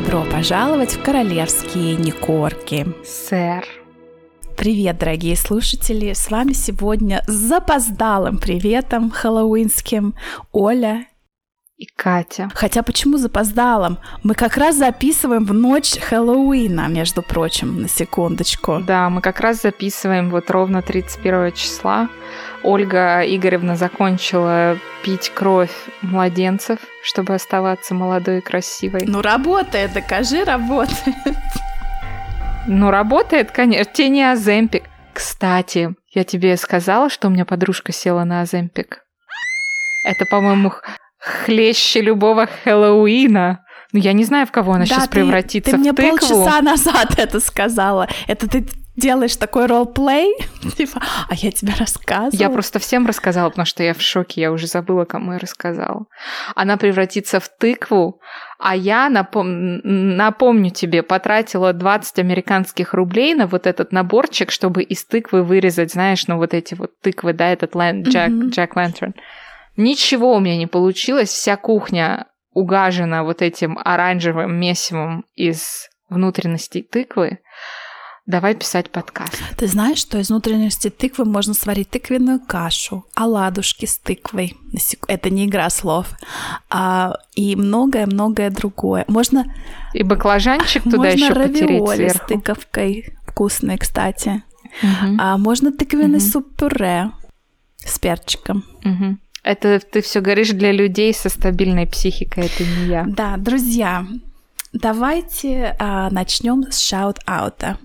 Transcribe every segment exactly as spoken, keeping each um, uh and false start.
Добро пожаловать в королевские Никорки. Сэр. Привет, дорогие слушатели! С вами сегодня с запоздалым приветом хэллоуинским Оля и Катя. Хотя почему запоздалым? Мы как раз записываем в ночь Хэллоуина, между прочим, на секундочку. Да, мы как раз записываем вот ровно тридцать первого числа. Ольга Игоревна закончила пить кровь младенцев, чтобы оставаться молодой и красивой. Ну, работает, докажи, работает. Ну, работает, конечно. Тебе не Оземпик. Кстати, я тебе сказала, что у меня подружка села на Оземпик. Это, по-моему, хлеще любого Хэллоуина. Ну, я не знаю, в кого она да, сейчас ты, превратится ты в тыкву. Ты мне полчаса назад это сказала. Это ты делаешь такой ролл-плей? Типа, а я тебе рассказывала. Я просто всем рассказала, потому что я в шоке. Я уже забыла, кому я рассказала. Она превратится в тыкву, а я, напом... напомню тебе, потратила двадцать американских рублей на вот этот наборчик, чтобы из тыквы вырезать, знаешь, ну вот эти вот тыквы, да, этот лэн... Джек... Mm-hmm. Джек Лэнтерн. Ничего у меня не получилось. Вся кухня угажена вот этим оранжевым месивом из внутренностей тыквы. Давай писать подкаст. Ты знаешь, что из внутренности тыквы можно сварить тыквенную кашу, оладушки с тыквой. Это не игра слов. А, и многое-многое другое. Можно... И баклажанчик туда еще потереть сверху. Можно равиоли с тыковкой. Вкусные, кстати. Угу. А можно тыквенный угу. суп-пюре с перчиком. Угу. Это ты все говоришь для людей со стабильной психикой, это не я. Да, друзья, давайте а, начнем с шаут-аута.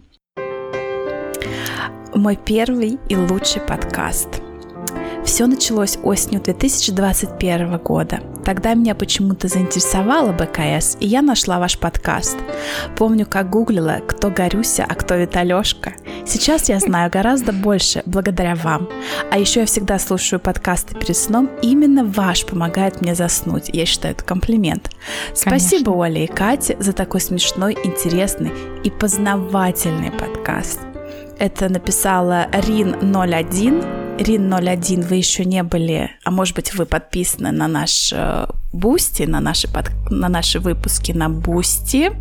Мой первый и лучший подкаст. Все началось осенью две тысячи двадцать первого года. Тогда меня почему-то заинтересовала БКС, и я нашла ваш подкаст. Помню, как гуглила, кто Горюся, а кто Виталёшка. Сейчас я знаю гораздо больше благодаря вам. А еще я всегда слушаю подкасты перед сном, и именно ваш помогает мне заснуть. Я считаю, это комплимент. Спасибо, Конечно. Оле и Кате, за такой смешной, интересный и познавательный подкаст. Это написала Рин ноль один. Рин ноль один, вы еще не были, а может быть, вы подписаны на наш Бусти, на наши, под, на наши выпуски на Бусти.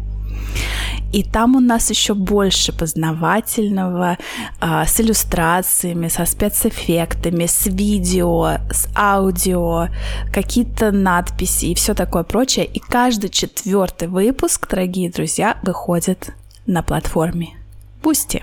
И там у нас еще больше познавательного, а, с иллюстрациями, со спецэффектами, с видео, с аудио, какие-то надписи и все такое прочее. И каждый четвертый выпуск, дорогие друзья, выходит на платформе Бусти.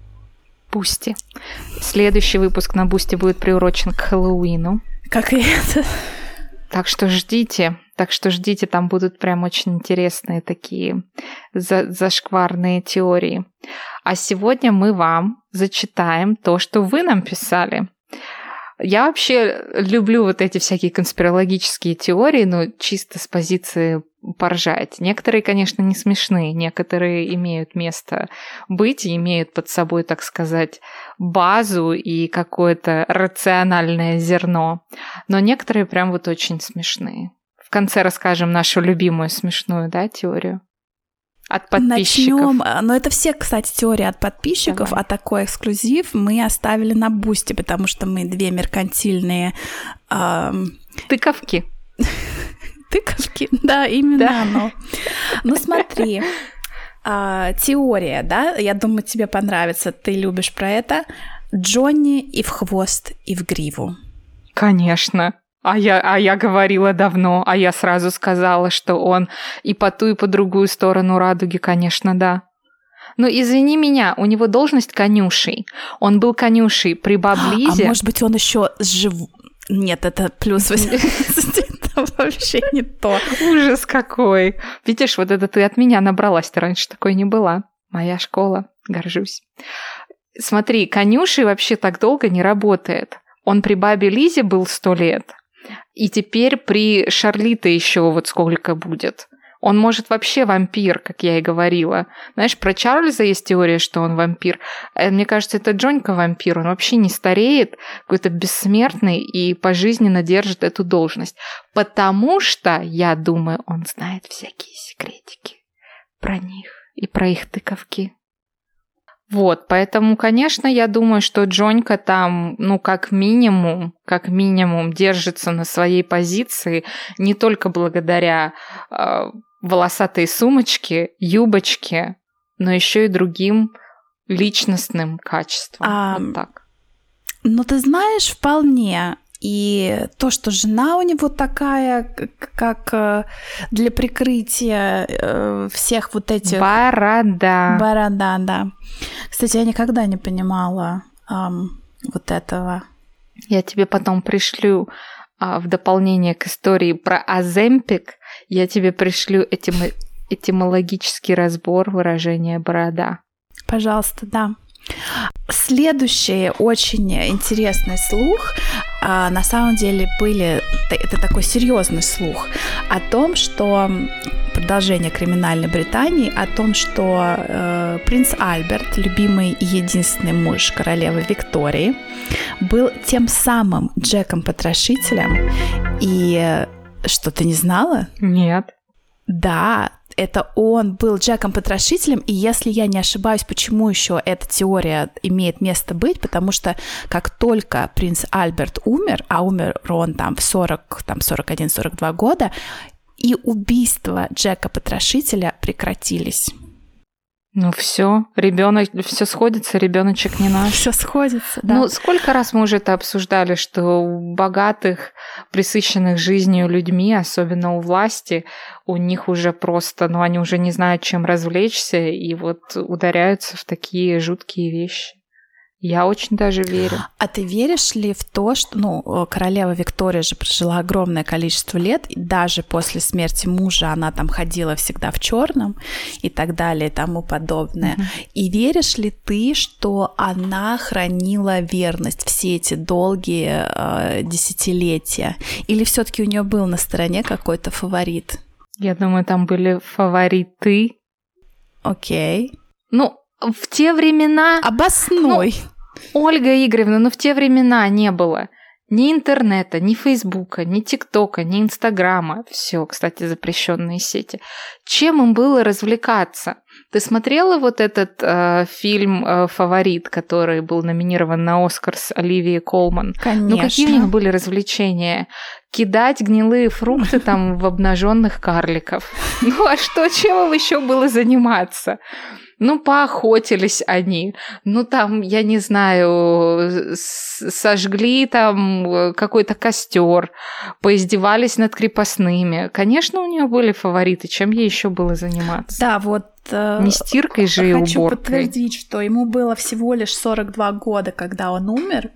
Бусти. Следующий выпуск на Бусти будет приурочен к Хэллоуину. Как и это. Так что ждите. Так что ждите, там будут прям очень интересные такие за- зашкварные теории. А сегодня мы вам зачитаем то, что вы нам писали. Я вообще люблю вот эти всякие конспирологические теории, но чисто с позиции поржать. Некоторые, конечно, не смешные, некоторые имеют место быть и имеют под собой, так сказать, базу и какое-то рациональное зерно. Но некоторые прям вот очень смешные. В конце расскажем нашу любимую смешную, да, теорию. От подписчиков. Начнем. Но это все, кстати, теории от подписчиков, Давай. А такой эксклюзив мы оставили на Бусти, потому что мы две меркантильные... Эм... Тыковки. Тыковки, да, именно да. оно. Ну смотри, а, теория, да, я думаю, тебе понравится, ты любишь про это. Джонни и в хвост, и в гриву. Конечно. А я, а я говорила давно, а я сразу сказала, что он и по ту, и по другую сторону радуги, конечно, да. Но извини меня, у него должность конюшей. Он был конюшей при Баблизе. А может быть, он еще жив... Нет, это плюс восемнадцать, это вообще не то. Ужас какой. Видишь, вот это ты от меня набралась, ты раньше такой не была. Моя школа, горжусь. Смотри, конюшей вообще так долго не работает. Он при бабе Лизе был сто лет, и теперь при Шарлите еще вот сколько будет. Он, может, вообще вампир, как я и говорила. Знаешь, про Чарльза есть теория, что он вампир. Мне кажется, это Джонька вампир. Он вообще не стареет, какой-то бессмертный и пожизненно держит эту должность. Потому что, я думаю, он знает всякие секретики про них и про их тыковки. Вот, поэтому, конечно, я думаю, что Джонька там, ну, как минимум, как минимум держится на своей позиции не только благодаря... Э, волосатые сумочки, юбочки, но еще и другим личностным качеством. А, вот так. Ну, ты знаешь, вполне. И то, что жена у него такая, как для прикрытия всех вот этих... Борода. Борода, да. Кстати, я никогда не понимала эм, вот этого. Я тебе потом пришлю а, в дополнение к истории про Оземпик, я тебе пришлю этим, этимологический разбор выражения «борода». Пожалуйста, да. Следующий очень интересный слух, а, на самом деле были, это такой серьезный слух о том, что продолжение криминальной Британии, о том, что э, принц Альберт, любимый и единственный муж королевы Виктории, был тем самым Джеком-потрошителем. И что, ты не знала? Нет. Да, это он был Джеком-потрошителем, и если я не ошибаюсь, почему еще эта теория имеет место быть, потому что как только принц Альберт умер, а умер он там в сорок, там сорок один сорок два года, и убийства Джека-потрошителя прекратились. Ну все, ребенок, все сходится, ребеночек не наш. Все сходится, да. Ну сколько раз мы уже это обсуждали, что у богатых, пресыщенных жизнью людьми, особенно у власти, у них уже просто, ну они уже не знают, чем развлечься, и вот ударяются в такие жуткие вещи. Я очень даже верю. А ты веришь ли в то, что, ну, королева Виктория же прожила огромное количество лет, и даже после смерти мужа она там ходила всегда в черном и так далее и тому подобное. Mm-hmm. И веришь ли ты, что она хранила верность все эти долгие э, десятилетия? Или все-таки у нее был на стороне какой-то фаворит? Я думаю, там были фавориты. Окей. Okay. Ну, в те времена... Обоснуй. Ну, Ольга Игоревна, ну в те времена не было ни интернета, ни Фейсбука, ни ТикТока, ни Инстаграма. Все, кстати, запрещенные сети. Чем им было развлекаться? Ты смотрела вот этот э, фильм э, «Фаворит», который был номинирован на «Оскар» с Оливией Колман? Конечно. Ну какие у них были развлечения? Кидать гнилые фрукты там в обнаженных карликов. Ну а что, чем им еще было заниматься? Ну, поохотились они, ну, там, я не знаю, сожгли там какой-то костер, поиздевались над крепостными. Конечно, у нее были фавориты, чем ей еще было заниматься? Да, вот... Не стиркой же и уборкой. Хочу подтвердить, что ему было всего лишь сорок два года, когда он умер.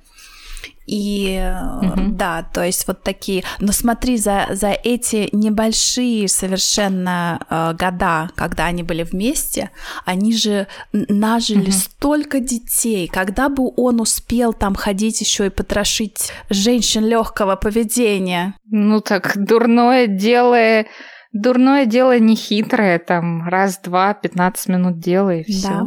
И угу. да, то есть вот такие... Но смотри, за, за эти небольшие совершенно э, года, когда они были вместе, они же нажили угу. столько детей. Когда бы он успел там ходить еще и потрошить женщин легкого поведения? Ну так, дурное дело... Дурное дело не хитрое, там раз-два, пятнадцать минут делай, и все. Да.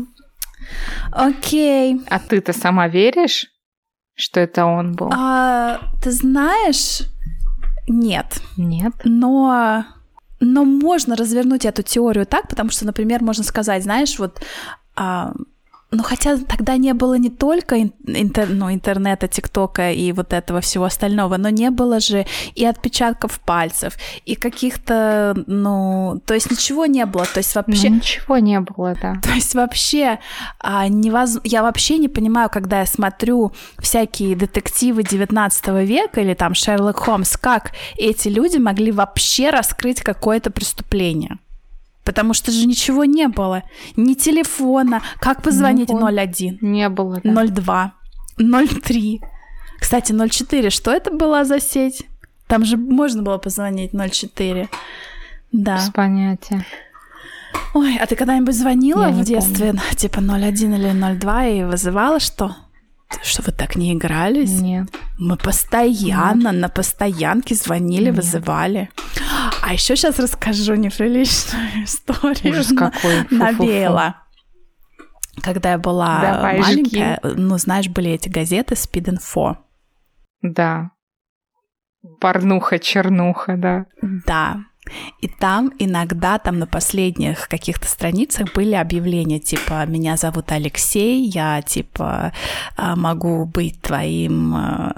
Окей. А ты-то сама веришь, что это он был? А, ты знаешь, нет. Нет? Но, но можно развернуть эту теорию так, потому что, например, можно сказать, знаешь, вот... А, ну, хотя тогда не было не только интер, ну, интернета, ТикТока и вот этого всего остального, но не было же и отпечатков пальцев, и каких-то, ну, то есть ничего не было, то есть вообще... Ну, ничего не было, да. То есть вообще а, невоз... я вообще не понимаю, когда я смотрю всякие детективы девятнадцатого века или там Шерлок Холмс, как эти люди могли вообще раскрыть какое-то преступление. Потому что же ничего не было. Ни телефона. Как позвонить? Ну, ноль один. Не было, да. ноль два. ноль три. Кстати, ноль четыре. Что это была за сеть? Там же можно было позвонить ноль четыре. Да. Без понятия. Ой, а ты когда-нибудь звонила Я в не детстве? помню. Типа ноль один или ноль два и вызывала что? Что вы так не игрались? Нет. Мы постоянно Нет. на постоянке звонили, Нет. вызывали. А еще сейчас расскажу неприличную историю. Ужас какой. Навеяла. Когда я была Давай, маленькая, жги. ну, знаешь, были эти газеты Speed-Info. Да. Порнуха, чернуха, да. Да. И там иногда, там на последних каких-то страницах были объявления, типа «Меня зовут Алексей, я, типа, могу быть твоим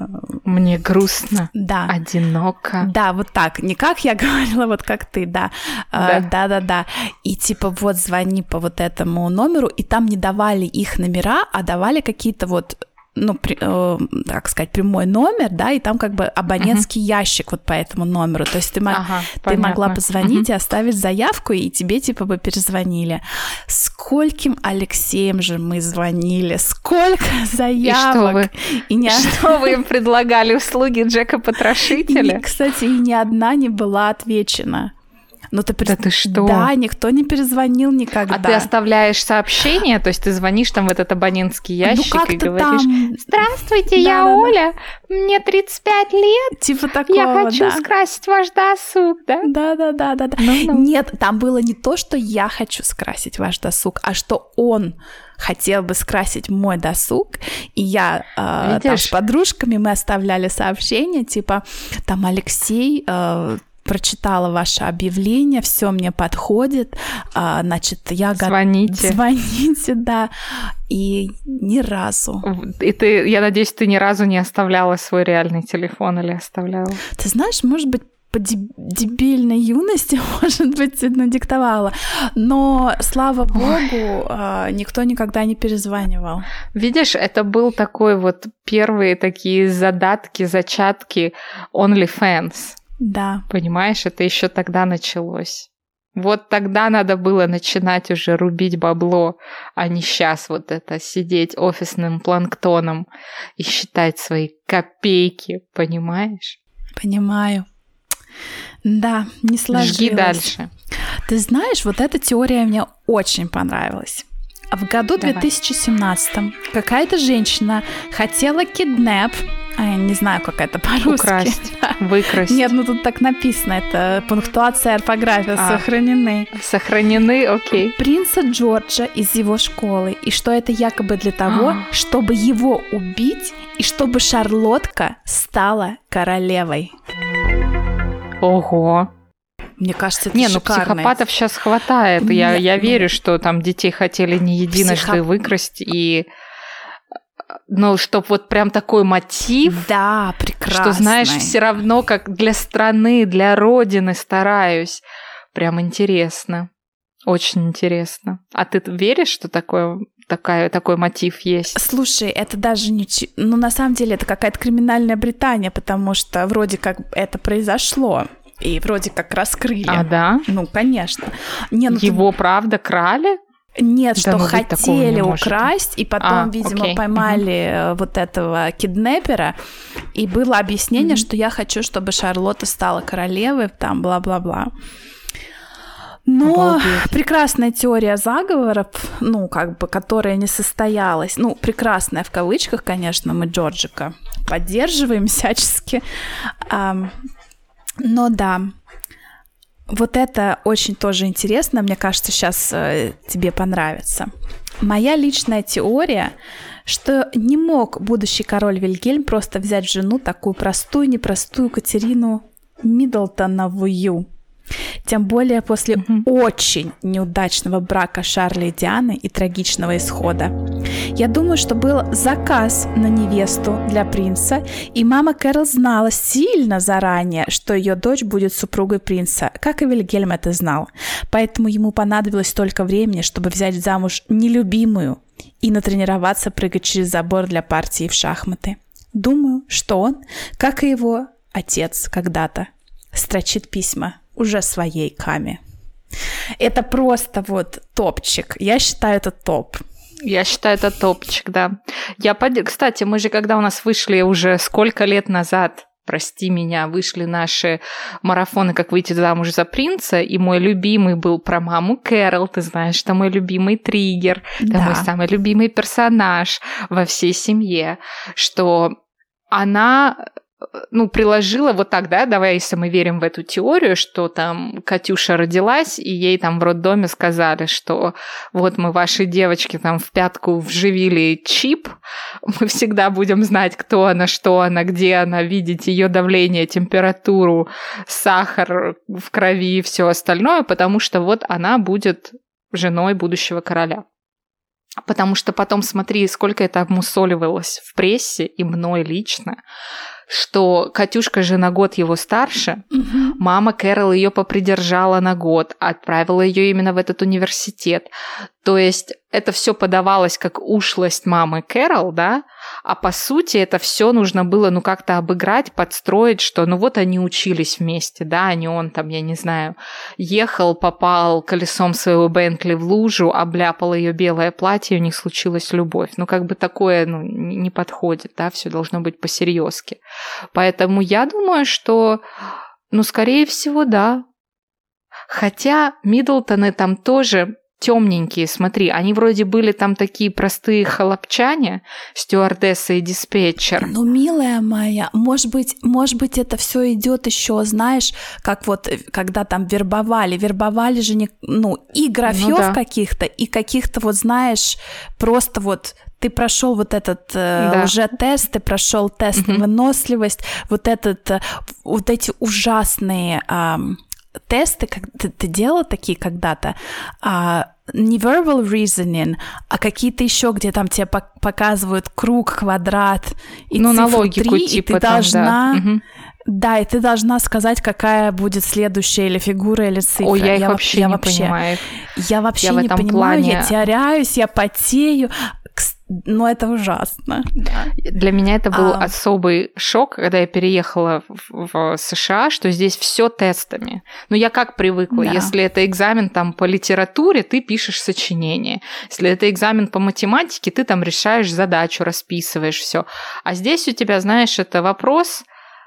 Мне грустно, да. одиноко. Да, вот так. Не как я говорила, вот как ты, да. Да. Да-да-да. И типа вот звони по вот этому номеру, и там не давали их номера, а давали какие-то вот, ну, при, э, так сказать, прямой номер, да, и там как бы абонентский uh-huh. ящик вот по этому номеру. То есть ты, ага, ты могла позвонить uh-huh. и оставить заявку, и тебе типа бы перезвонили. Скольким Алексеем же мы звонили, сколько заявок. И что вы, и не... что вы им предлагали, услуги Джека-потрошителя? И, кстати, и ни одна не была отвечена. Ну, ты да ты что? Да, никто не перезвонил никогда. А ты оставляешь сообщение, то есть ты звонишь там в этот абонентский ящик ну, и говоришь: там... «Здравствуйте, да, я да, Оля, да. Мне тридцать пять лет, типа такого, я хочу да. скрасить ваш досуг», да? Да-да-да. Ну-ну. Нет, там было не то, что я хочу скрасить ваш досуг, а что он хотел бы скрасить мой досуг, и я э, там с подружками мы оставляли сообщение, типа, там, Алексей... Э, прочитала ваше объявление, все мне подходит, а, значит, я готова. Звоните. Звоните, да. И ни разу. И ты, я надеюсь, ты ни разу не оставляла свой реальный телефон или оставляла? Ты знаешь, может быть, по дебильной юности, может быть, надиктовала. Но, слава богу, Ой. никто никогда не перезванивал. Видишь, это был такой вот первые такие задатки, зачатки OnlyFans. Да. Понимаешь, это еще тогда началось. Вот тогда надо было начинать уже рубить бабло, а не сейчас вот это сидеть офисным планктоном и считать свои копейки, понимаешь? Понимаю. Да, не сложилось. Жги дальше. Ты знаешь, вот эта теория мне очень понравилась. В году Давай. две тысячи семнадцатом какая-то женщина хотела киднэп, а я не знаю, как это по-русски. Украсть, выкрасть. Нет, ну тут так написано, это пунктуация, орфография а, сохранены. Сохранены, окей. Принца Джорджа из его школы, и что это якобы для того, а. чтобы его убить, и чтобы Шарлотка стала королевой. Ого. Мне кажется, это Не, шикарно. ну психопатов сейчас хватает. Нет, я, я верю, что там детей хотели не единожды Психоп... выкрасть, и... Ну, чтоб вот прям такой мотив. Да, прекрасно. Что, знаешь, все равно как для страны, для родины стараюсь. Прям интересно. Очень интересно. А ты веришь, что такое... Такая, такой мотив есть? Слушай, это даже не... Ну, на самом деле, это какая-то криминальная Британия, потому что вроде как это произошло. И вроде как раскрыли. А, да? Ну, конечно. Не, ну, Его, ты... правда, крали? Нет, да, что ну, хотели украсть, и потом, а, видимо, окей. поймали угу. вот этого киднепера, и было объяснение, угу. что я хочу, чтобы Шарлотта стала королевой, там, бла-бла-бла. Но Обалдеть. Прекрасная теория заговоров, ну, как бы, которая не состоялась, ну, прекрасная в кавычках, конечно, мы Джорджика поддерживаем всячески, а, но да, вот это очень тоже интересно, мне кажется, сейчас э, тебе понравится. Моя личная теория, что не мог будущий король Вильгельм просто взять в жену такую простую, непростую Катерину Миддлтоновую. Тем более после mm-hmm. очень неудачного брака Шарля и Дианы и трагичного исхода. Я думаю, что был заказ на невесту для принца, и мама Кэрол знала сильно заранее, что ее дочь будет супругой принца, как и Вильгельм это знал. Поэтому ему понадобилось столько времени, чтобы взять замуж нелюбимую и натренироваться прыгать через забор для партии в шахматы. Думаю, что он, как и его отец когда-то, строчит письма уже своей Каме. Это просто вот топчик. Я считаю, это топ. Я считаю, это топчик, да. Я под... Кстати, мы же, когда у нас вышли уже сколько лет назад, прости меня, вышли наши марафоны «Как выйти замуж за принца», и мой любимый был про маму Кэрол. Ты знаешь, что мой любимый триггер, да. это мой самый любимый персонаж во всей семье, что она... ну, приложила вот так, да, давай, если мы верим в эту теорию, что там Катюша родилась, и ей там в роддоме сказали, что вот мы вашей девочке там в пятку вживили чип, мы всегда будем знать, кто она, что она, где она, видеть ее давление, температуру, сахар в крови и все остальное, потому что вот она будет женой будущего короля. Потому что потом, смотри, сколько это обмусоливалось в прессе и мной лично, что Катюшка же на год его старше, Мгм. мама Кэрол ее попридержала на год, отправила ее именно в этот университет. То есть это все подавалось как ушлость мамы Кэрол, да, а по сути это все нужно было ну как-то обыграть, подстроить, что ну вот они учились вместе, да, а не он там, я не знаю, ехал, попал колесом своего Бентли в лужу, обляпал ее белое платье, и у них случилась любовь. Ну как бы такое ну, не подходит, да, все должно быть по-серьезки. Поэтому я думаю, что, ну, скорее всего, да. Хотя Миддлтоны там тоже темненькие, смотри, они вроде были там такие простые холопчане, стюардесса и диспетчер. Ну, милая моя, может быть, может быть, это все идет еще, знаешь, как вот, э, когда там вербовали, вербовали же не, ну, и графёв Ну да. каких-то, и каких-то вот, знаешь, просто вот ты прошел вот этот э, Да. лжетест, ты прошел тест на Мгм. выносливость, вот этот, э, вот эти ужасные ам, тесты, как ты, ты делала такие когда-то, а, не verbal reasoning, а какие-то еще, где там тебе пок- показывают круг, квадрат и Ну, на цифру логику три, типа и ты там, да. должна, Мгм. да, и ты должна сказать, какая будет следующая или фигура, или цифра. Ой, я их во- вообще я не вообще, понимаю. Я вообще Я в не этом понимаю, я плане- теряюсь, я потею, Кс- но это ужасно. Да. Для меня это был А. особый шок, когда я переехала в, в США, что здесь все тестами. Ну, я как привыкла, Да. если это экзамен там по литературе, ты пишешь сочинение. Если это экзамен по математике, ты там решаешь задачу, расписываешь все. А здесь у тебя, знаешь, это вопрос,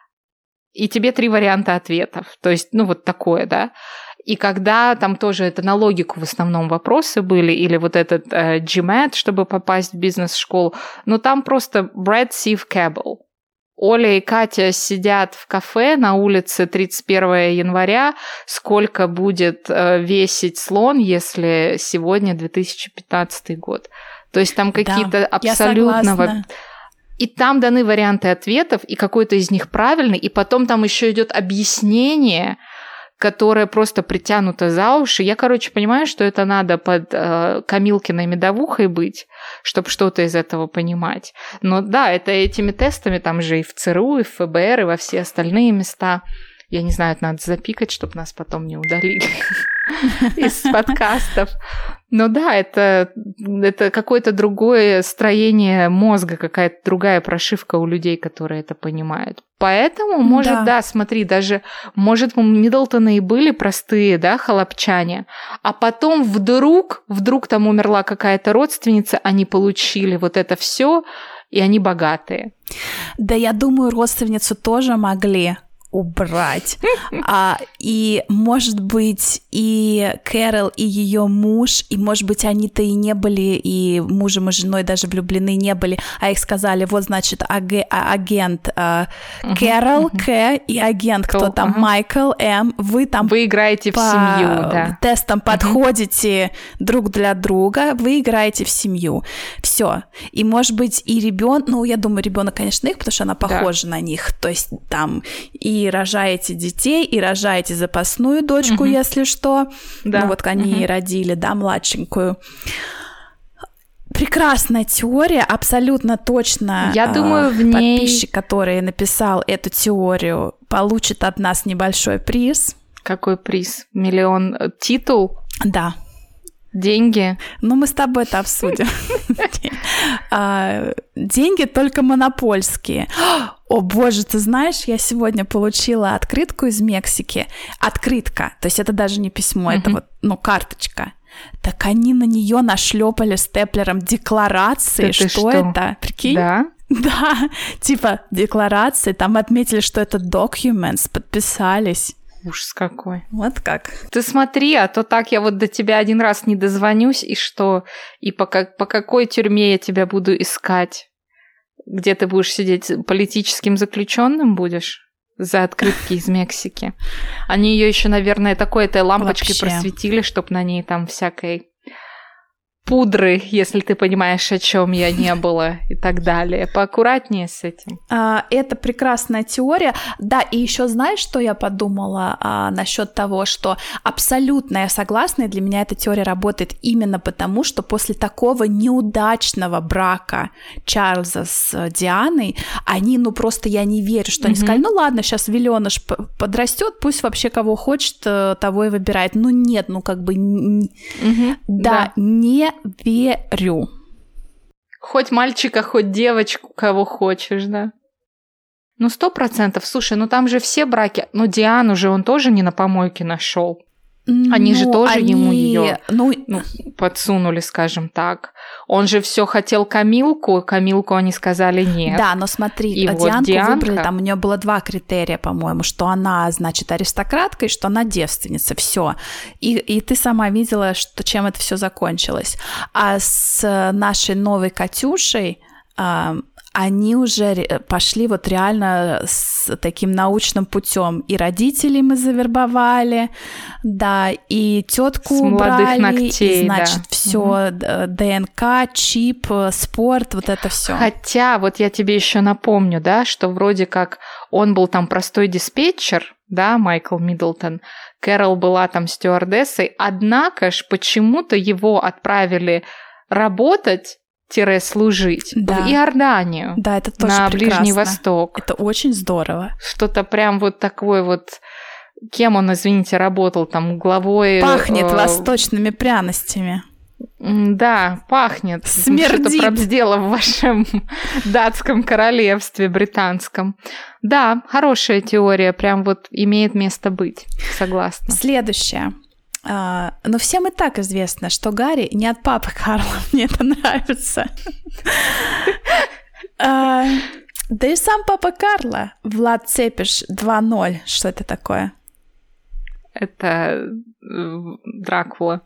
и тебе три варианта ответов. То есть, ну, вот такое, да. И когда там тоже это на логику в основном вопросы были, или вот этот э, GMAT, чтобы попасть в бизнес-школу, ну там просто Brad Steve Cabell. Оля и Катя сидят в кафе на улице тридцать первого января. Сколько будет э, весить слон, если сегодня две тысячи пятнадцатый год? То есть там какие-то я абсолютно... согласна. И там даны варианты ответов, и какой-то из них правильный, и потом там еще идет объяснение, которое просто притянуто за уши. Я, короче, понимаю, что это надо под э, Камилкиной медовухой быть, чтобы что-то из этого понимать. Но да, это этими тестами там же и в ЦРУ, и в ФБР, и во все остальные места. Я не знаю, это надо запикать, чтобы нас потом не удалили из подкастов. Но да, это, это какое-то другое строение мозга, какая-то другая прошивка у людей, которые это понимают. Поэтому, может, Да. да, смотри, даже, может, Миддлтоны и были простые, да, холопчане, а потом вдруг, вдруг там умерла какая-то родственница, они получили вот это все, и они богатые. Да, я думаю, родственницу тоже могли убрать. А, и, может быть, и Кэрол, и ее муж, и, может быть, они-то и не были, и мужем и женой даже влюблены не были, а их сказали, вот, значит, аге- а- агент а, Кэрол, К, и агент, кто Кэл, там, ага. Майкл, М, вы там Вы играете в по семью, да. тестам подходите друг для друга, вы играете в семью. Все. И, может быть, и ребенок, ну, я думаю, ребенок, конечно, их, потому что она похожа на них. То есть там и рожаете детей, и рожаете запасную дочку, Мгм. если что. Да. Ну, вот они Мгм. родили, да, младшенькую. Прекрасная теория, абсолютно точно. Я а, думаю, в ней- подписчик, который написал эту теорию, получит от нас небольшой приз. Какой приз? Миллион э, титул? Да. Деньги? Ну, мы с тобой это обсудим. А, Деньги только монопольские. О, боже, ты знаешь, я сегодня получила открытку из Мексики. Открытка, то есть это даже не письмо, это Мгм. вот, ну, карточка. Так они на нее нашлепали степлером декларации. Да ты Что что? это? Прикинь? Да? Да, типа декларации, там отметили, что это documents, подписались. Ужас какой. Вот как. Ты смотри, а то так я вот до тебя один раз не дозвонюсь, и что? И по, как, по какой тюрьме я тебя буду искать? Где ты будешь сидеть? Политическим заключенным будешь? За открытки из Мексики. Они ее еще, наверное, такой этой лампочкой Вообще. просветили, чтобы на ней там всякой пудры, если ты понимаешь, о чем я, не было и так далее. Поаккуратнее с этим. А, это прекрасная теория. Да, и еще знаешь, что я подумала а, насчет того, что абсолютно я согласна, и для меня эта теория работает именно потому, что после такого неудачного брака Чарльза с Дианой, они, ну просто я не верю, что mm-hmm. они сказали, ну ладно, сейчас Виллёныш подрастет, пусть вообще кого хочет, того и выбирает. Ну нет, ну как бы, mm-hmm. да, да, не верю. Хоть мальчика, хоть девочку, кого хочешь, да. Ну, сто процентов. Слушай, ну там же все браки... Ну, Диану же он тоже не на помойке нашел. Они ну, же тоже они... ему ее ну... ну, подсунули, скажем так. Он же все хотел Камилку, Камилку они сказали нет. Да, но смотри, и Дианку вот Дианка... выбрали, там у нее было два критерия, по-моему, что она, значит, аристократка и что она девственница, все. И, и ты сама видела, что, чем это все закончилось. А с нашей новой Катюшей... они уже пошли вот реально с таким научным путем. И родителей мы завербовали, да, и тетку убрали, ногтей, и, значит, да. все угу. ДНК, чип, спорт, вот это все. Хотя, вот я тебе еще напомню, да, что вроде как он был там простой диспетчер, да, Майкл Миддлтон, Кэрол была там стюардессой, однако ж почему-то его отправили работать служить да. в Иорданию, да, это тоже на прекрасно. Ближний Восток. Это очень здорово. Что-то прям вот такое вот... Кем он, извините, работал там главой... Пахнет э... восточными пряностями. Да, пахнет. Смердит. Что-то пробздела в вашем датском королевстве британском. Да, хорошая теория, прям вот имеет место быть. Согласна. Следующее. Uh, но всем и так известно, что Гарри не от папы Карла, мне это нравится. uh, да и сам папа Карла, Влад Цепиш два ноль, что это такое? Это Дракула.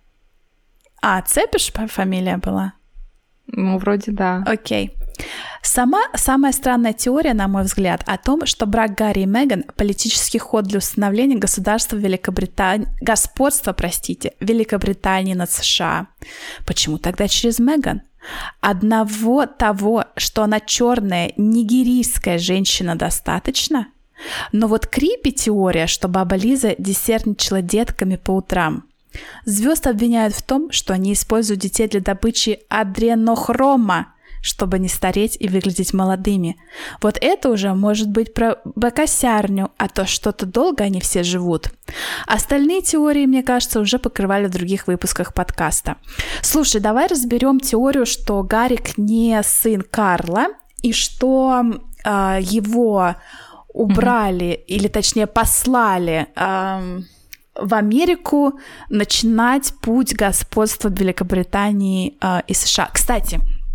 А, Цепиш фамилия была? Ну, вроде да. Окей. Сама самая странная теория, на мой взгляд, о том, что брак Гарри и Меган – политический ход для установления государства Великобритании, господства, простите, Великобритании над США. Почему тогда через Меган? Одного того, что она черная, нигерийская женщина, достаточно? Но вот крипи теория, что баба Лиза десертничала детками по утрам. Звезд обвиняют в том, что они используют детей для добычи адренохрома, чтобы не стареть и выглядеть молодыми. Вот это уже может быть про бакосярню, а то что-то долго они все живут. Остальные теории, мне кажется, уже покрывали в других выпусках подкаста. Слушай, давай разберем теорию, что Гарик не сын Карла, и что э, его убрали, mm-hmm. или точнее послали э, в Америку начинать путь господства Великобритании э, и США. Кстати,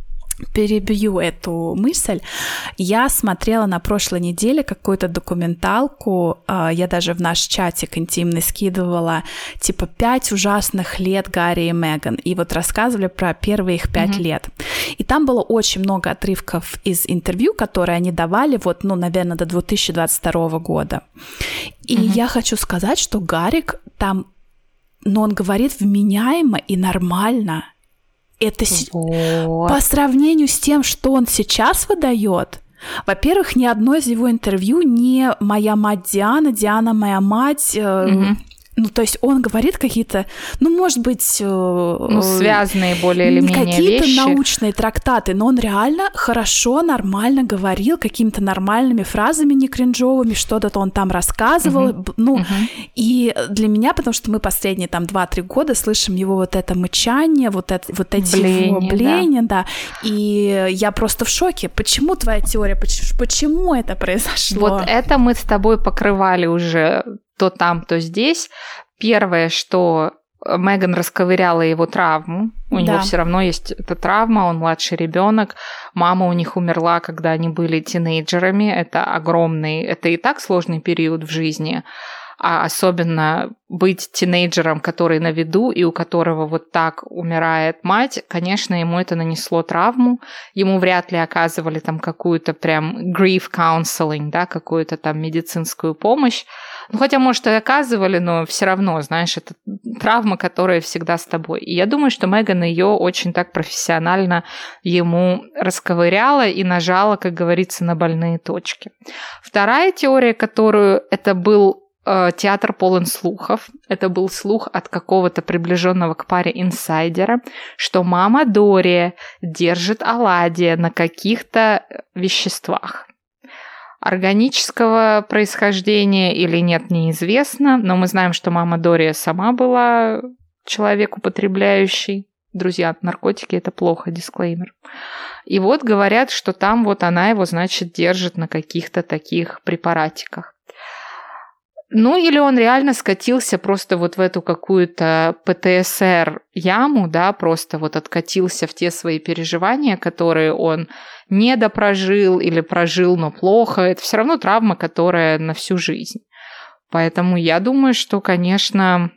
перебью эту мысль. Я смотрела на прошлой неделе какую-то документалку, я даже в наш чатик интимный скидывала, типа «Пять ужасных лет Гарри и Меган», и вот рассказывали про первые их пять mm-hmm. лет. И там было очень много отрывков из интервью, которые они давали, вот, ну, наверное, до две тысячи двадцать второго года. И mm-hmm. я хочу сказать, что Гарик там, ну, он говорит вменяемо и нормально. Это вот. По сравнению с тем, что он сейчас выдает, во-первых, ни одно из его интервью не «Моя мать Диана», «Диана моя мать». Mm-hmm. Ну, то есть он говорит какие-то, ну, может быть... Ну, связанные более или менее какие-то вещи. научные трактаты, но он реально хорошо, нормально говорил какими-то нормальными фразами, не кринжовыми, что-то он там рассказывал. Uh-huh. Ну, uh-huh. и для меня, потому что мы последние там два-три года слышим его вот это мычание, вот, это, вот эти бление, его бления, да. да. И я просто в шоке. Почему твоя теория, почему, почему это произошло? Вот это мы с тобой покрывали уже... то там, то здесь. Первое, что Меган расковыряла его травму. У да. него все равно есть эта травма, он младший ребенок. Мама у них умерла, когда они были тинейджерами. Это огромный, это и так сложный период в жизни. А особенно быть тинейджером, который на виду и у которого вот так умирает мать, конечно, ему это нанесло травму. Ему вряд ли оказывали там какую-то прям grief counseling, да, какую-то там медицинскую помощь. Ну, хотя, может, и оказывали, но все равно, знаешь, это травма, которая всегда с тобой. И я думаю, что Меган ее очень так профессионально ему расковыряла и нажала, как говорится, на больные точки. Вторая теория, которую это был э, театр полон слухов. Это был слух от какого-то приближенного к паре инсайдера, что мама Дори держит оладьи на каких-то веществах. Органического происхождения или нет, неизвестно, но мы знаем, что мама Дори сама была человек употребляющий. Друзья, наркотики – это плохо, дисклеймер. И вот говорят, что там вот она его, значит, держит на каких-то таких препаратиках. Ну, или он реально скатился просто вот в эту какую-то пэ тэ эс эр яму, да, просто вот откатился в те свои переживания, которые он не допрожил или прожил, но плохо. Это все равно травма, которая на всю жизнь. Поэтому я думаю, что, конечно,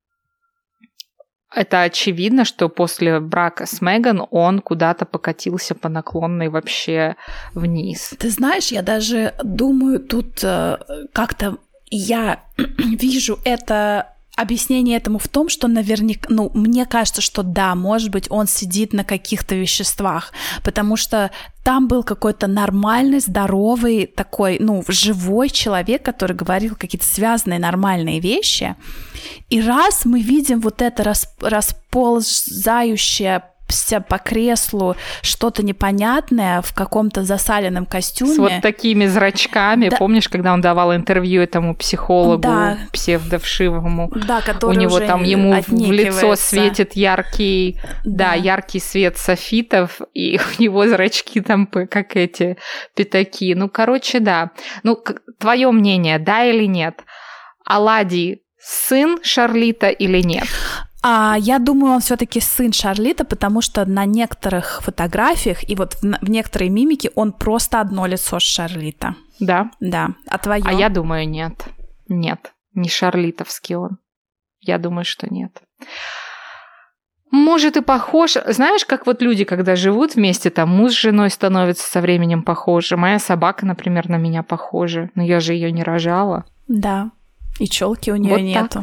это очевидно, что после брака с Меган он куда-то покатился по наклонной вообще вниз. Ты знаешь, я даже думаю, тут э, как-то я вижу это объяснение этому в том, что наверняка, ну, мне кажется, что да, может быть, он сидит на каких-то веществах, потому что там был какой-то нормальный, здоровый, такой, ну, живой человек, который говорил какие-то связанные нормальные вещи. И раз мы видим вот это расползающее по креслу что-то непонятное в каком-то засаленном костюме. С вот такими зрачками. Да. Помнишь, когда он давал интервью этому психологу, да, псевдовшивому? Да, который у него уже там ему в лицо светит яркий, да. Да, яркий свет софитов, и у него зрачки там как эти пятаки. Ну, короче, да. Ну, твое мнение, да или нет? Аладдий сын Шарлита или нет? А я думаю, он все-таки сын Шарлита, потому что на некоторых фотографиях и вот в, в некоторой мимике он просто одно лицо с Шарлита. Да? Да. А твоё? А я думаю, нет. Нет, не шарлитовский он. Я думаю, что нет. Может, и похож. Знаешь, как вот люди, когда живут вместе, там муж с женой становится со временем похожи. Моя собака, например, на меня похожа. Но я же ее не рожала. Да. И челки у нее вот нету.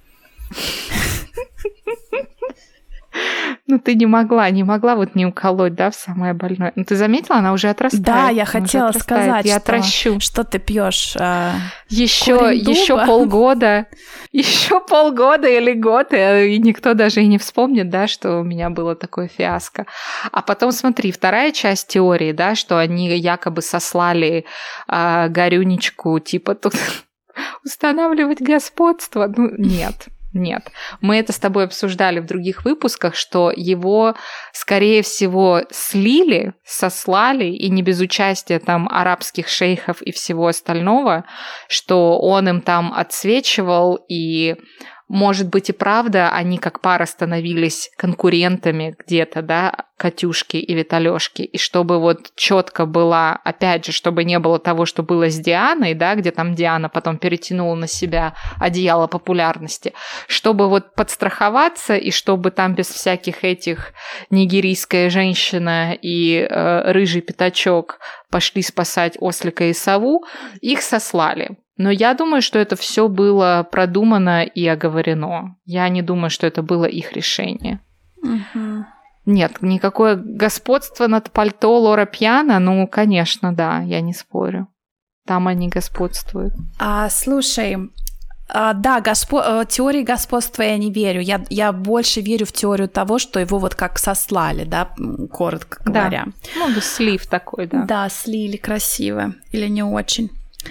Ну, ты не могла, не могла вот не уколоть, да, в самое больное. Ну, ты заметила, она уже отрастает. Да, я хотела сказать, я что, отращу. Что ты пьешь. Э, еще, еще полгода, еще полгода или год, и никто даже и не вспомнит, да, что у меня было такое фиаско. А потом, смотри, вторая часть теории, да, что они якобы сослали э, Горюнечку, типа тут устанавливать господство. Ну, нет. Нет. Мы это с тобой обсуждали в других выпусках, что его, скорее всего, слили, сослали, и не без участия там арабских шейхов и всего остального, что он им там отсвечивал, и, может быть, и правда, они как пара становились конкурентами где-то, да, Катюшки и Виталёшки, и чтобы вот четко было, опять же, чтобы не было того, что было с Дианой, да, где там Диана потом перетянула на себя одеяло популярности, чтобы вот подстраховаться, и чтобы там без всяких этих нигерийская женщина и э, рыжий пятачок пошли спасать ослика и сову, их сослали. Но я думаю, что это все было продумано и оговорено. Я не думаю, что это было их решение. Угу. Нет, никакое господство над пальто Лора Пьяна, ну, конечно, да, я не спорю. Там они господствуют. А, слушай, а, да, госпо... теории господства я не верю. Я, я больше верю в теорию того, что его вот как сослали, да, коротко говоря. Да. Ну, да, слив такой, да. Да, слили красиво или не очень.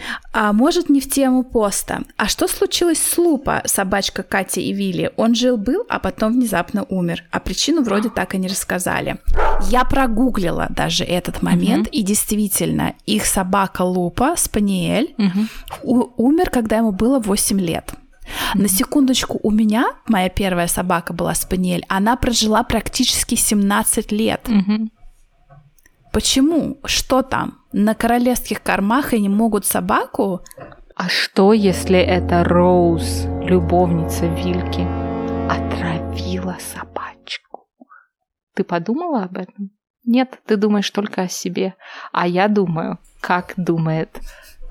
А может, не в тему поста. А что случилось с Лупа, собачка Кати и Вилли? Он жил-был, а потом внезапно умер. А причину вроде так и не рассказали. Я прогуглила даже этот момент, угу. И действительно, их собака Лупа, Спаниель, угу. у- умер, когда ему было восемь лет. Mm-hmm. На секундочку, у меня, моя первая собака была Спаниель, она прожила практически семнадцать лет. Mm-hmm. Почему? Что там? На королевских кормах и не могут собаку? А что, если это Роуз, любовница Вильки, отравила собачку? Ты подумала об этом? Нет, ты думаешь только о себе. А я думаю, как думает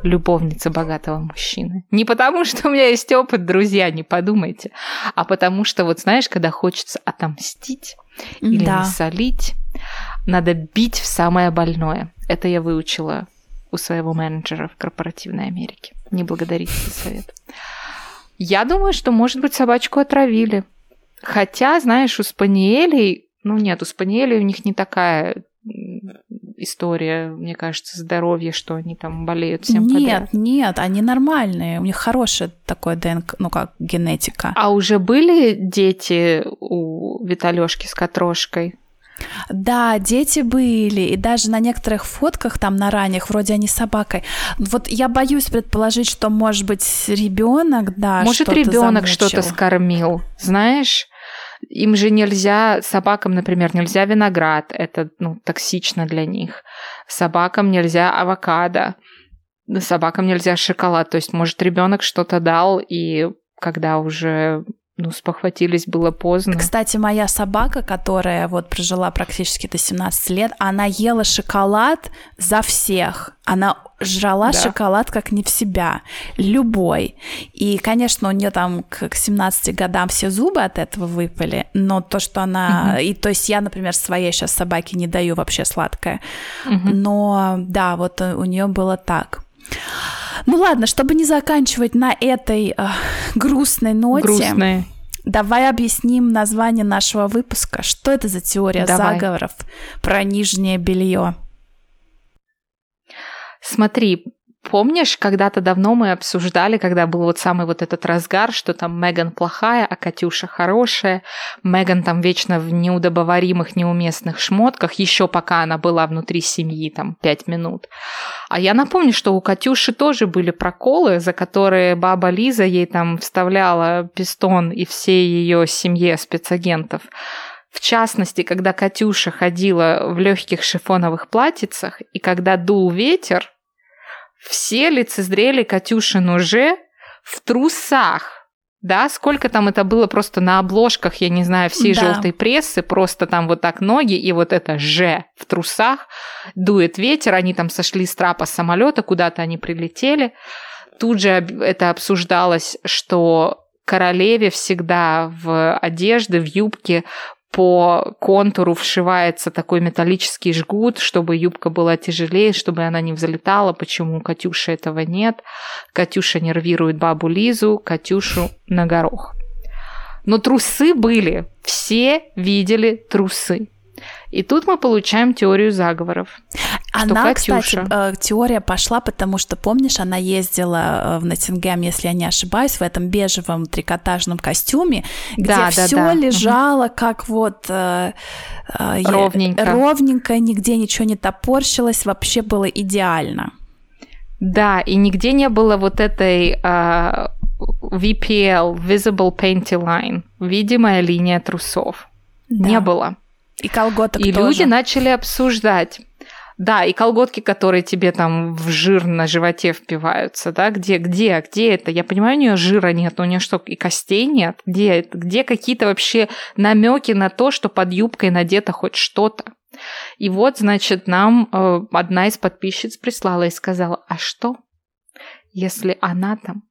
любовница богатого мужчины. Не потому, что у меня есть опыт, друзья, не подумайте, а потому что, вот знаешь, когда хочется отомстить или Да. насолить, надо бить в самое больное. Это я выучила у своего менеджера в корпоративной Америке. Не благодарите за совет. Я думаю, что, может быть, собачку отравили. Хотя, знаешь, у спаниелей... Ну нет, у спаниелей у них не такая история, мне кажется, здоровья, что они там болеют всем Нет, подряд. нет, они нормальные. У них хорошая такое ДНК, ну как, генетика. А уже были дети у Виталёшки с Катрошкой? Да, дети были, и даже на некоторых фотках там на ранних, вроде они с собакой. Вот я боюсь предположить, что, может быть, ребенок, да, Может, что-то ребенок замучил. что-то скормил, знаешь? Им же нельзя, собакам, например, нельзя виноград, это ну, токсично для них. Собакам нельзя авокадо, собакам нельзя шоколад. То есть, может, ребенок что-то дал, и когда уже ну, спохватились, было поздно. Кстати, моя собака, которая вот прожила практически до семнадцати лет, она ела шоколад за всех. Она жрала Да. шоколад как не в себя, любой. И, конечно, у нее там к к семнадцати годам все зубы от этого выпали, но то, что она... Мгм. И то есть я, например, своей сейчас собаке не даю вообще сладкое. Мгм. Но да, вот у нее было так. Ну ладно, чтобы не заканчивать на этой э, грустной ноте, Грустные. давай объясним название нашего выпуска. Что это за теория Давай. заговоров про нижнее белье? Смотри, помнишь, когда-то давно мы обсуждали, когда был вот самый вот этот разгар, что там Меган плохая, а Катюша хорошая. Меган там вечно в неудобоваримых, неуместных шмотках, еще пока она была внутри семьи, там, пять минут. А я напомню, что у Катюши тоже были проколы, за которые баба Лиза ей там вставляла пистон и всей ее семье спецагентов. В частности, когда Катюша ходила в легких шифоновых платьицах, и когда дул ветер, все лицезрели Катюшину же в трусах. Да, сколько там это было просто на обложках, я не знаю, всей Да. желтой прессы, просто там вот так ноги, и вот это же в трусах, дует ветер, они там сошли с трапа самолета, куда-то они прилетели. Тут же об- это обсуждалось, что королеве всегда в одежде, в юбке по контуру вшивается такой металлический жгут, чтобы юбка была тяжелее, чтобы она не взлетала. Почему у Катюши этого нет? Катюша нервирует бабу Лизу, Катюшу на горох. Но трусы были. Все видели трусы. И тут мы получаем теорию заговоров. Она, Катюша. кстати, э, теория пошла, потому что, помнишь, она ездила э, в Ноттингем, если я не ошибаюсь, в этом бежевом трикотажном костюме, где Да, да, все да. лежало как вот э, э, я- Ровненько. ровненько, нигде ничего не топорщилось, вообще было идеально. Да, и нигде не было вот этой а, ви пи эл, Visible Panty Line, видимая линия трусов. Да. Не было. И колготок И тоже. люди начали обсуждать. Да, и колготки, которые тебе там в жир на животе впиваются, да, где, где, где это? Я понимаю, у нее жира нет, но у нее что, и костей нет? Где это? Где какие-то вообще намеки на то, что под юбкой надето хоть что-то? И вот, значит, нам э, одна из подписчиц прислала и сказала, а что, если она там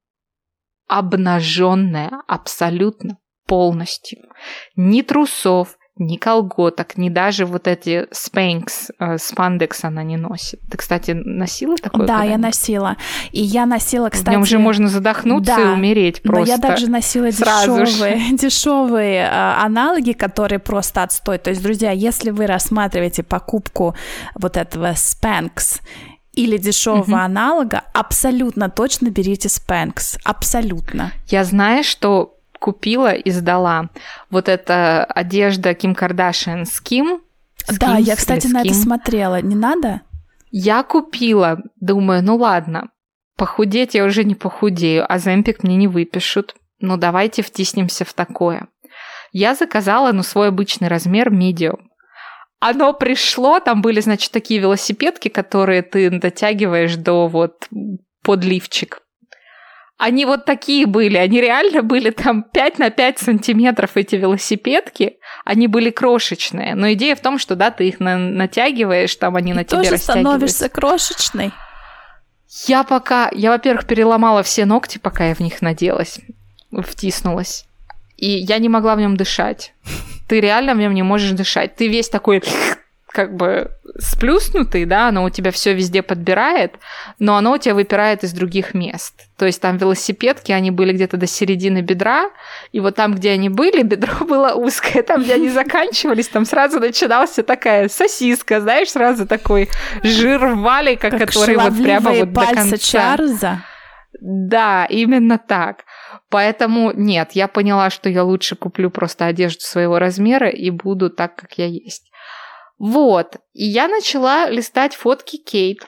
обнаженная абсолютно полностью, ни трусов, ни колготок, ни даже вот эти спэнкс, э, спандекс она не носит. Ты, кстати, носила такое? Да, я когда-нибудь? носила. И я носила, В кстати... нем же можно задохнуться Да, и умереть просто. Но я также носила сразу дешевые, дешевые а, аналоги, которые просто отстой. То есть, друзья, если вы рассматриваете покупку вот этого Spanx или дешевого Мгм. аналога, абсолютно точно берите Spanx. Абсолютно. Я знаю, что купила и сдала. Вот эта одежда Ким Кардашиан с Ким. Да, Skims я, кстати, или на это Skim. смотрела. Не надо? Я купила, думаю, ну ладно, похудеть я уже не похудею, а Земпик мне не выпишут. Ну давайте втиснемся в такое. Я заказала, ну, свой обычный размер medium. Оно пришло, там были, значит, такие велосипедки, которые ты дотягиваешь до вот подливчик. Они вот такие были, они реально были там пять на пять сантиметров, эти велосипедки, они были крошечные. Но идея в том, что, да, ты их на- натягиваешь, там они на И тебе тоже растягиваются. становишься крошечной. Я пока... Я, во-первых, переломала все ногти, пока я в них наделась, втиснулась. И я не могла в нем дышать. Ты реально в нем не можешь дышать. Ты весь такой... как бы сплюснутый, да, оно у тебя все везде подбирает, но оно у тебя выпирает из других мест. То есть там велосипедки, они были где-то до середины бедра, и вот там, где они были, бедро было узкое, там, где они заканчивались, там сразу начиналась такая сосиска, знаешь, сразу такой жир валика, как который вот прямо вот до конца. Чарльза. Да, именно так. Поэтому нет, я поняла, что я лучше куплю просто одежду своего размера и буду так, как я есть. Вот, и я начала листать фотки Кейт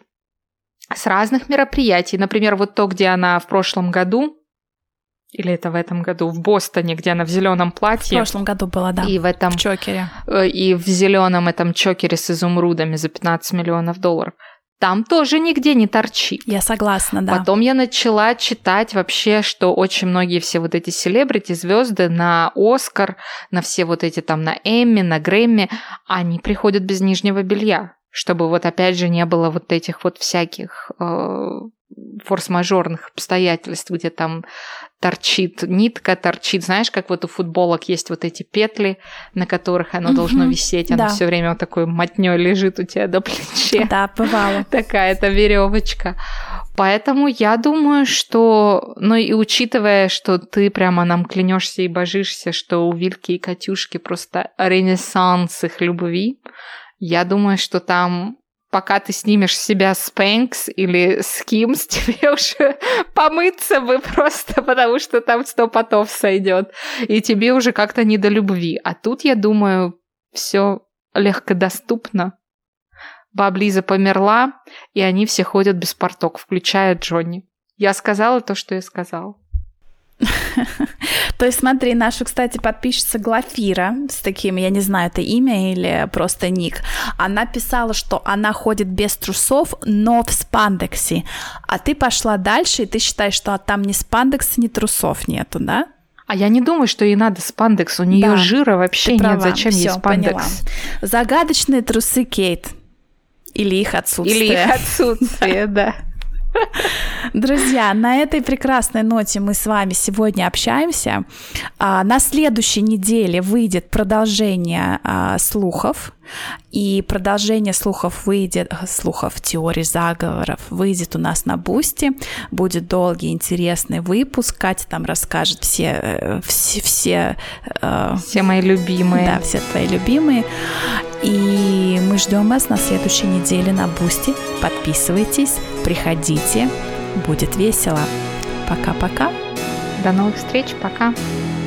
с разных мероприятий. Например, вот то, где она в прошлом году, или это в этом году, в Бостоне, где она в зеленом платье. В прошлом году была, да, и в, этом, в чокере. И в зеленом этом чокере с изумрудами за пятнадцать миллионов долларов. Там тоже нигде не торчит. Я согласна, да. Потом я начала читать вообще, что очень многие все вот эти селебрити-звезды на Оскар, на все вот эти там, на Эмми, на Грэмми, они приходят без нижнего белья, чтобы вот опять же не было вот этих вот всяких э, форс-мажорных обстоятельств, где там торчит нитка, торчит, знаешь, как вот у футболок есть вот эти петли, на которых оно mm-hmm. должно висеть, оно да. все время вот такой мотнёй лежит у тебя до плеча. Да, бывало. Такая-то веревочка. Поэтому я думаю, что, ну и учитывая, что ты прямо нам клянешься и божишься, что у Вильки и Катюшки просто ренессанс их любви, я думаю, что там... Пока ты снимешь с себя Spanx или Skims, тебе уже помыться бы просто, потому что там сто потов сойдет. И тебе уже как-то не до любви. А тут, я думаю, все легкодоступно. Баба Лиза померла, и они все ходят без порток, включая Джонни. Я сказала то, что я сказала. То есть, смотри, наша, кстати, подписчица Глафира с таким, я не знаю, это имя или просто ник, она писала, что она ходит без трусов, но в спандексе. А ты пошла дальше, и ты считаешь, что там ни спандекса, ни трусов нету, да? А я не думаю, что ей надо спандекс, у нее да, жира вообще нет, права. Зачем Всё, ей спандекс? Поняла. Загадочные трусы Кейт. Или их отсутствие. Или их отсутствие, да. Друзья, на этой прекрасной ноте мы с вами сегодня общаемся. А, на следующей неделе выйдет продолжение а, слухов. И продолжение слухов выйдет, слухов, теорий заговоров выйдет у нас на Бусти. Будет долгий, интересный выпуск. Катя там расскажет все... Все, все, э, все мои любимые. Да, все твои любимые. И мы ждем вас на следующей неделе на Бусти. Подписывайтесь, приходите. Будет весело. Пока-пока. До новых встреч. Пока.